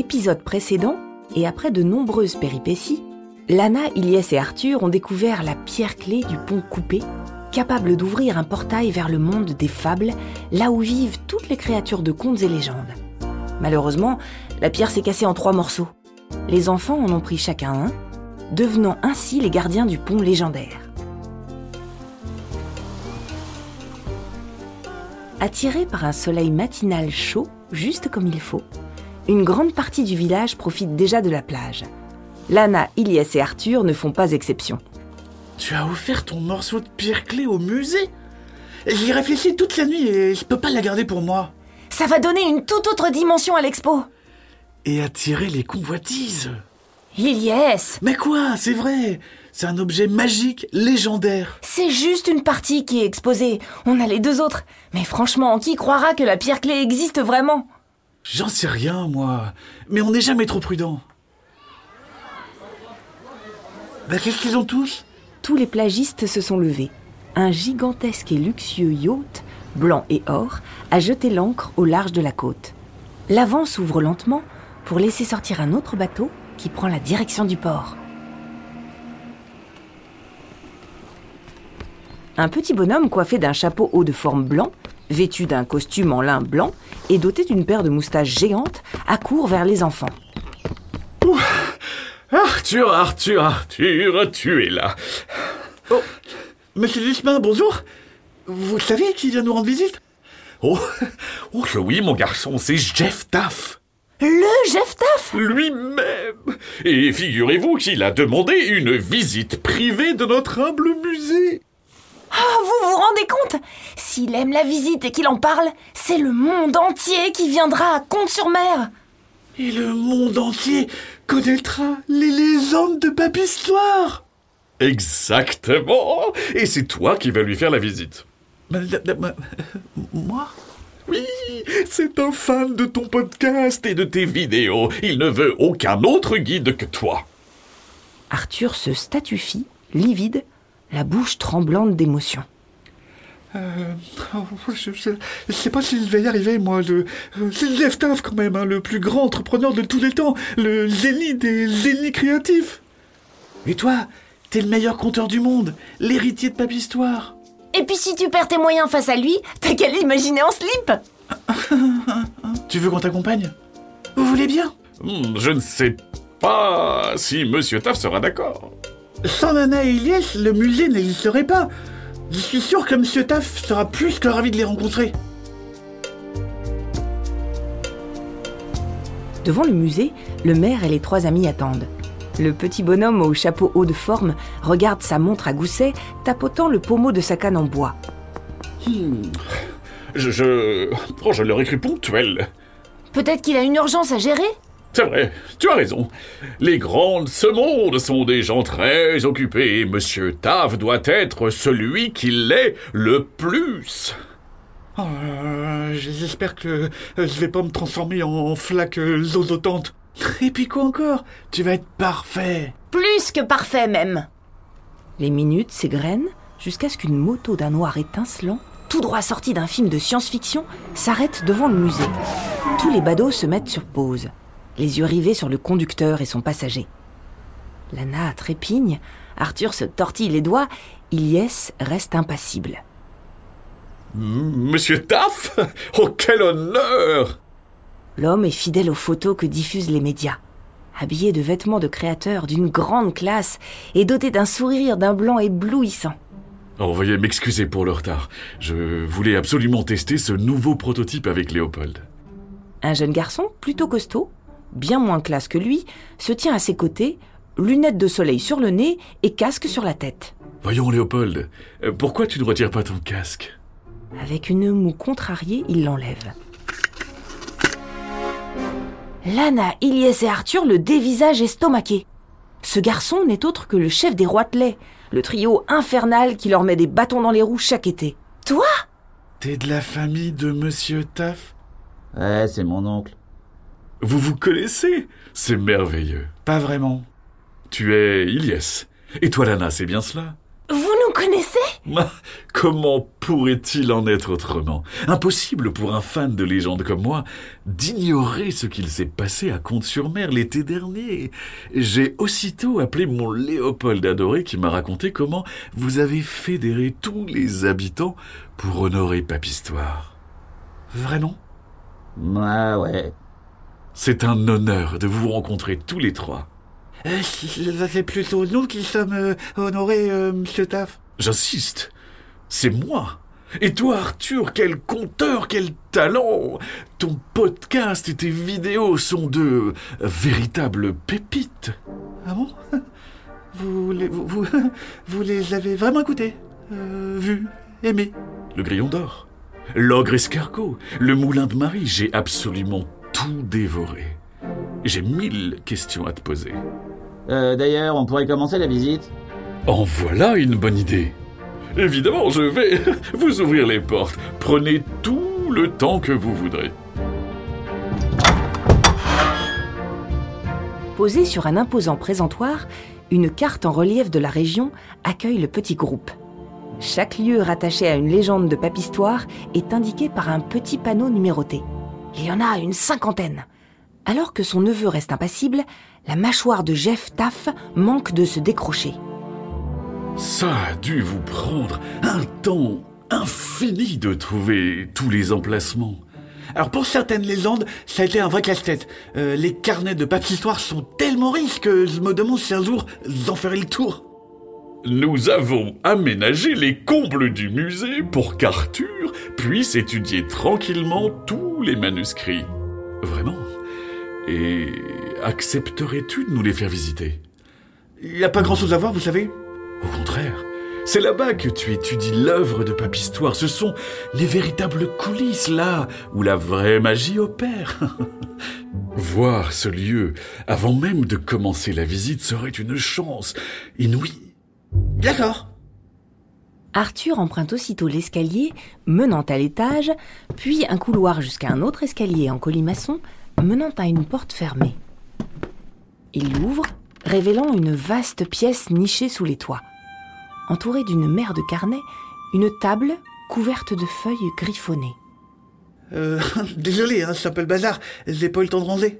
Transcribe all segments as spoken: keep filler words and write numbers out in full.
l'épisode précédent, et après de nombreuses péripéties, Lana, Ilyes et Arthur ont découvert la pierre-clé du pont coupé, capable d'ouvrir un portail vers le monde des fables, là où vivent toutes les créatures de contes et légendes. Malheureusement, la pierre s'est cassée en trois morceaux. Les enfants en ont pris chacun un, devenant ainsi les gardiens du pont légendaire. Attirés par un soleil matinal chaud, juste comme il faut, une grande partie du village profite déjà de la plage. Lana, Ilyes et Arthur ne font pas exception. Tu as offert ton morceau de pierre-clé au musée ? J'y ai réfléchi toute la nuit et je peux pas la garder pour moi. Ça va donner une toute autre dimension à l'expo. Et attirer les convoitises. Ilyes ! Mais quoi, c'est vrai. C'est un objet magique, légendaire. C'est juste une partie qui est exposée. On a les deux autres. Mais franchement, qui croira que la pierre-clé existe vraiment ? J'en sais rien, moi. Mais on n'est jamais trop prudent. Bah, qu'est-ce qu'ils ont tous ? Tous les plagistes se sont levés. Un gigantesque et luxueux yacht, blanc et or, a jeté l'ancre au large de la côte. L'avant s'ouvre lentement pour laisser sortir un autre bateau qui prend la direction du port. Un petit bonhomme coiffé d'un chapeau haut de forme blanc, vêtu d'un costume en lin blanc et doté d'une paire de moustaches géantes, accourt vers les enfants. Ouh. Arthur, Arthur, Arthur, tu es là. Oh, monsieur Duchemin, bonjour. Vous savez qui vient nous rendre visite ? Oh, oh oui, mon garçon, c'est Jeff Taff. Le Jeff Taff ? Lui-même. Et figurez-vous qu'il a demandé une visite privée de notre humble musée. Oh, vous vous rendez compte ? S'il aime la visite et qu'il en parle, c'est le monde entier qui viendra à Comtes-sur-Mer. Et le monde entier connaîtra les légendes de Paphistoire. Exactement. Et c'est toi qui vas lui faire la visite. Mais, mais, mais, moi ? Oui, c'est un fan de ton podcast et de tes vidéos. Il ne veut aucun autre guide que toi. Arthur se statufie, livide, la bouche tremblante d'émotion. Euh, je, je, je sais pas s'il va y arriver, moi. Je, c'est Jeff Taff, quand même, hein, le plus grand entrepreneur de tous les temps, le génie des génies créatifs. Et toi, t'es le meilleur conteur du monde, l'héritier de Paphistoire. Et puis si tu perds tes moyens face à lui, t'as qu'à l'imaginer en slip. Tu veux qu'on t'accompagne ? Vous voulez bien ? hmm, Je ne sais pas si Monsieur Taff sera d'accord. Sans Nana et Ilyes, le musée n'existerait pas. Je suis sûr que Monsieur Taff sera plus que ravi de les rencontrer. Devant le musée, le maire et les trois amis attendent. Le petit bonhomme au chapeau haut de forme regarde sa montre à gousset, tapotant le pommeau de sa canne en bois. Hmm. Je... je... Oh, je l'aurais cru ponctuel. Peut-être qu'il a une urgence à gérer ? C'est vrai, tu as raison. Les grands de ce monde sont des gens très occupés et Monsieur Taff doit être celui qui l'est le plus. Oh, euh, j'espère que je vais pas me transformer en flaque zozotante. Et puis quoi encore ? Tu vas être parfait. Plus que parfait même. Les minutes s'égrènent jusqu'à ce qu'une moto d'un noir étincelant, tout droit sorti d'un film de science-fiction, s'arrête devant le musée. Tous les badauds se mettent sur pause, les yeux rivés sur le conducteur et son passager. Lana trépigne, Arthur se tortille les doigts, Ilyes reste impassible. Monsieur Taff ? Oh, quel honneur ! L'homme est fidèle aux photos que diffusent les médias. Habillé de vêtements de créateur d'une grande classe et doté d'un sourire d'un blanc éblouissant. Oh, veuillez m'excuser pour le retard. Je voulais absolument tester ce nouveau prototype avec Léopold. Un jeune garçon, plutôt costaud, bien moins classe que lui, se tient à ses côtés, lunettes de soleil sur le nez et casque sur la tête. Voyons, Léopold, pourquoi tu ne retires pas ton casque ? Avec une moue contrariée, il l'enlève. Lana, Ilyes et Arthur le dévisagent estomaqués. Ce garçon n'est autre que le chef des Roitelets, le trio infernal qui leur met des bâtons dans les roues chaque été. Toi ? T'es de la famille de Monsieur Taff ? Ouais, c'est mon oncle. Vous vous connaissez ? C'est merveilleux. Pas vraiment. Tu es Ilyes. Et toi, Lana, c'est bien cela ? Vous nous connaissez ? Comment pourrait-il en être autrement ? Impossible pour un fan de légende comme moi d'ignorer ce qu'il s'est passé à Comtes-sur-Mer l'été dernier. J'ai aussitôt appelé mon Léopold adoré qui m'a raconté comment vous avez fédéré tous les habitants pour honorer Papistoire. Vraiment ? Ah ouais. C'est un honneur de vous rencontrer tous les trois. Euh, c'est plutôt nous qui sommes euh, honorés, euh, monsieur Taff. J'insiste, c'est moi. Et toi, Arthur, quel conteur, quel talent. Ton podcast et tes vidéos sont de véritables pépites. Ah bon ? Vous les, vous, vous, vous les avez vraiment écoutés, euh, vus, aimés ? Le Grillon d'Or, l'Ogre Escargot, le Moulin de Marie, j'ai absolument tout dévoré. J'ai mille questions à te poser. Euh, d'ailleurs, on pourrait commencer la visite. En voilà une bonne idée. Évidemment, je vais vous ouvrir les portes. Prenez tout le temps que vous voudrez. Posée sur un imposant présentoir, une carte en relief de la région accueille le petit groupe. Chaque lieu rattaché à une légende de Papistoire est indiqué par un petit panneau numéroté. Il y en a une cinquantaine. Alors que son neveu reste impassible, la mâchoire de Jeff Taff manque de se décrocher. Ça a dû vous prendre un temps infini de trouver tous les emplacements. Alors pour certaines légendes, ça a été un vrai casse-tête. Euh, les carnets de Papistoire sont tellement riches que je me demande si un jour j'en ferai le tour. Nous avons aménagé les combles du musée pour qu'Arthur puisse étudier tranquillement tous les manuscrits. Vraiment ? Et accepterais-tu de nous les faire visiter ? Il n'y a pas grand-chose à voir, vous savez. Au contraire, c'est là-bas que tu étudies l'œuvre de Papistoire. Ce sont les véritables coulisses, là où la vraie magie opère. Voir ce lieu avant même de commencer la visite serait une chance inouïe. D'accord. Arthur emprunte aussitôt l'escalier menant à l'étage, puis un couloir jusqu'à un autre escalier en colimaçon menant à une porte fermée. Il l'ouvre, révélant une vaste pièce nichée sous les toits. Entourée d'une mer de carnets, une table couverte de feuilles griffonnées. Euh, désolé, hein, c'est un peu le bazar, j'ai pas eu le temps de ranger.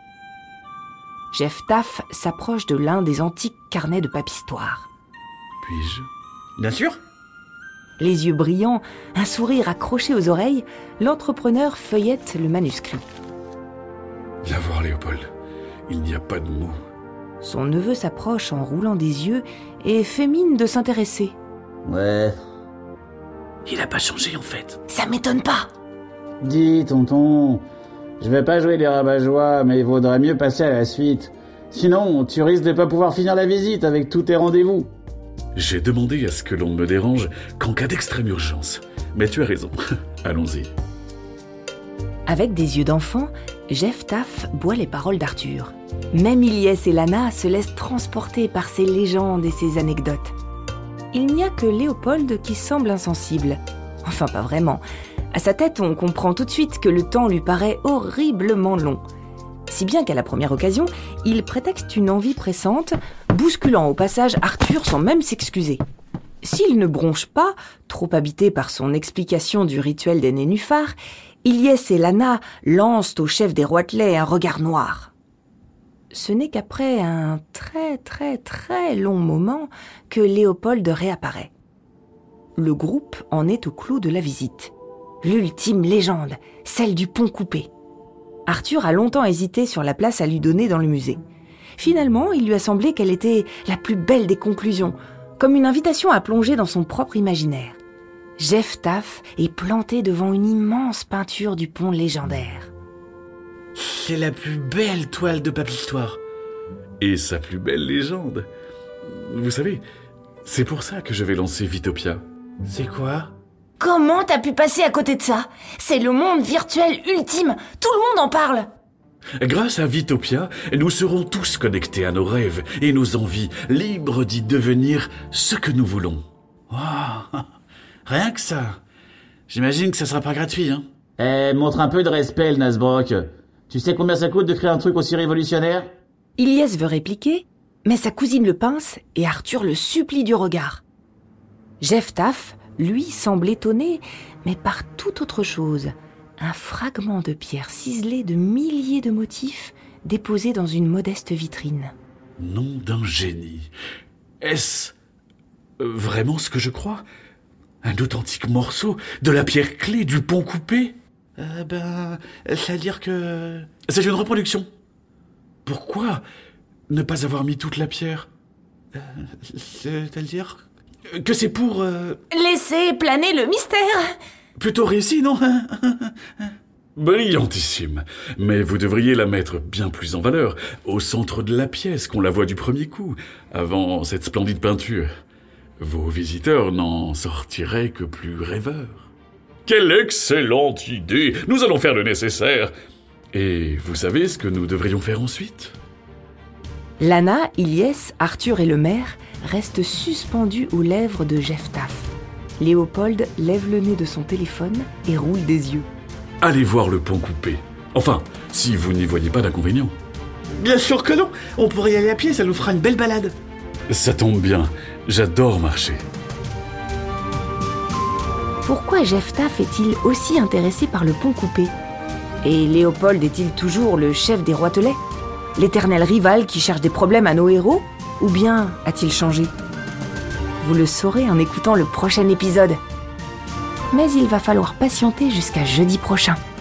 Jeff Taff s'approche de l'un des antiques carnets de Papistoire. Puis-je ? Bien sûr. Les yeux brillants, un sourire accroché aux oreilles, l'entrepreneur feuillette le manuscrit. Viens voir, Léopold. Il n'y a pas de mots. Son neveu s'approche en roulant des yeux et fait mine de s'intéresser. Ouais. Il a pas changé, en fait. Ça m'étonne pas. Dis, tonton, je vais pas jouer les rabat-joie, mais il vaudrait mieux passer à la suite. Sinon, tu risques de pas pouvoir finir la visite avec tous tes rendez-vous. J'ai demandé à ce que l'on ne me dérange qu'en cas d'extrême urgence. Mais tu as raison. Allons-y. Avec des yeux d'enfant, Jeff Taff boit les paroles d'Arthur. Même Ilyes et Lana se laissent transporter par ses légendes et ses anecdotes. Il n'y a que Léopold qui semble insensible. Enfin, pas vraiment. À sa tête, on comprend tout de suite que le temps lui paraît horriblement long. Si bien qu'à la première occasion, il prétexte une envie pressante, bousculant au passage Arthur sans même s'excuser. S'il ne bronche pas, trop habité par son explication du rituel des nénuphars, Ilyes et Lana lancent au chef des Roitelet un regard noir. Ce n'est qu'après un très très très long moment que Léopold réapparaît. Le groupe en est au clou de la visite. L'ultime légende, celle du pont coupé. Arthur a longtemps hésité sur la place à lui donner dans le musée. Finalement, il lui a semblé qu'elle était la plus belle des conclusions, comme une invitation à plonger dans son propre imaginaire. Jeff Taff est planté devant une immense peinture du pont légendaire. C'est la plus belle toile de Papistoire. Et sa plus belle légende. Vous savez, c'est pour ça que je vais lancer Vitopia. C'est quoi ? Comment t'as pu passer à côté de ça ? C'est le monde virtuel ultime, tout le monde en parle. Grâce à Vitopia, nous serons tous connectés à nos rêves et nos envies, libres d'y devenir ce que nous voulons. Wow. Rien que ça. J'imagine que ça sera pas gratuit, hein. Eh, montre un peu de respect, le Nasbrock. Tu sais combien ça coûte de créer un truc aussi révolutionnaire ? Ilyes veut répliquer, mais sa cousine le pince et Arthur le supplie du regard. Jephthaf, lui, semble étonné, mais par toute autre chose. Un fragment de pierre ciselé de milliers de motifs déposé dans une modeste vitrine. Nom d'un génie. Est-ce vraiment ce que je crois ? Un authentique morceau de la pierre clé du pont coupé ? Euh, ben, c'est-à-dire que... C'est une reproduction. Pourquoi ne pas avoir mis toute la pierre ? Euh, c'est-à-dire que c'est pour... Euh... Laissez planer le mystère. Plutôt réussi, non ? Brillantissime. Mais vous devriez la mettre bien plus en valeur, au centre de la pièce, qu'on la voit du premier coup, avant cette splendide peinture. Vos visiteurs n'en sortiraient que plus rêveurs. Quelle excellente idée ! Nous allons faire le nécessaire. Et vous savez ce que nous devrions faire ensuite ? Lana, Ilyes, Arthur et le maire restent suspendus aux lèvres de Jephthaf. Léopold lève le nez de son téléphone et roule des yeux. Allez voir le pont coupé. Enfin, si vous n'y voyez pas d'inconvénient. Bien sûr que non. On pourrait y aller à pied, ça nous fera une belle balade. Ça tombe bien. J'adore marcher. Pourquoi Jephthaf est-il aussi intéressé par le pont coupé ? Et Léopold est-il toujours le chef des roitelets ? L'éternel rival qui cherche des problèmes à nos héros ? Ou bien a-t-il changé ? Vous le saurez en écoutant le prochain épisode. Mais il va falloir patienter jusqu'à jeudi prochain.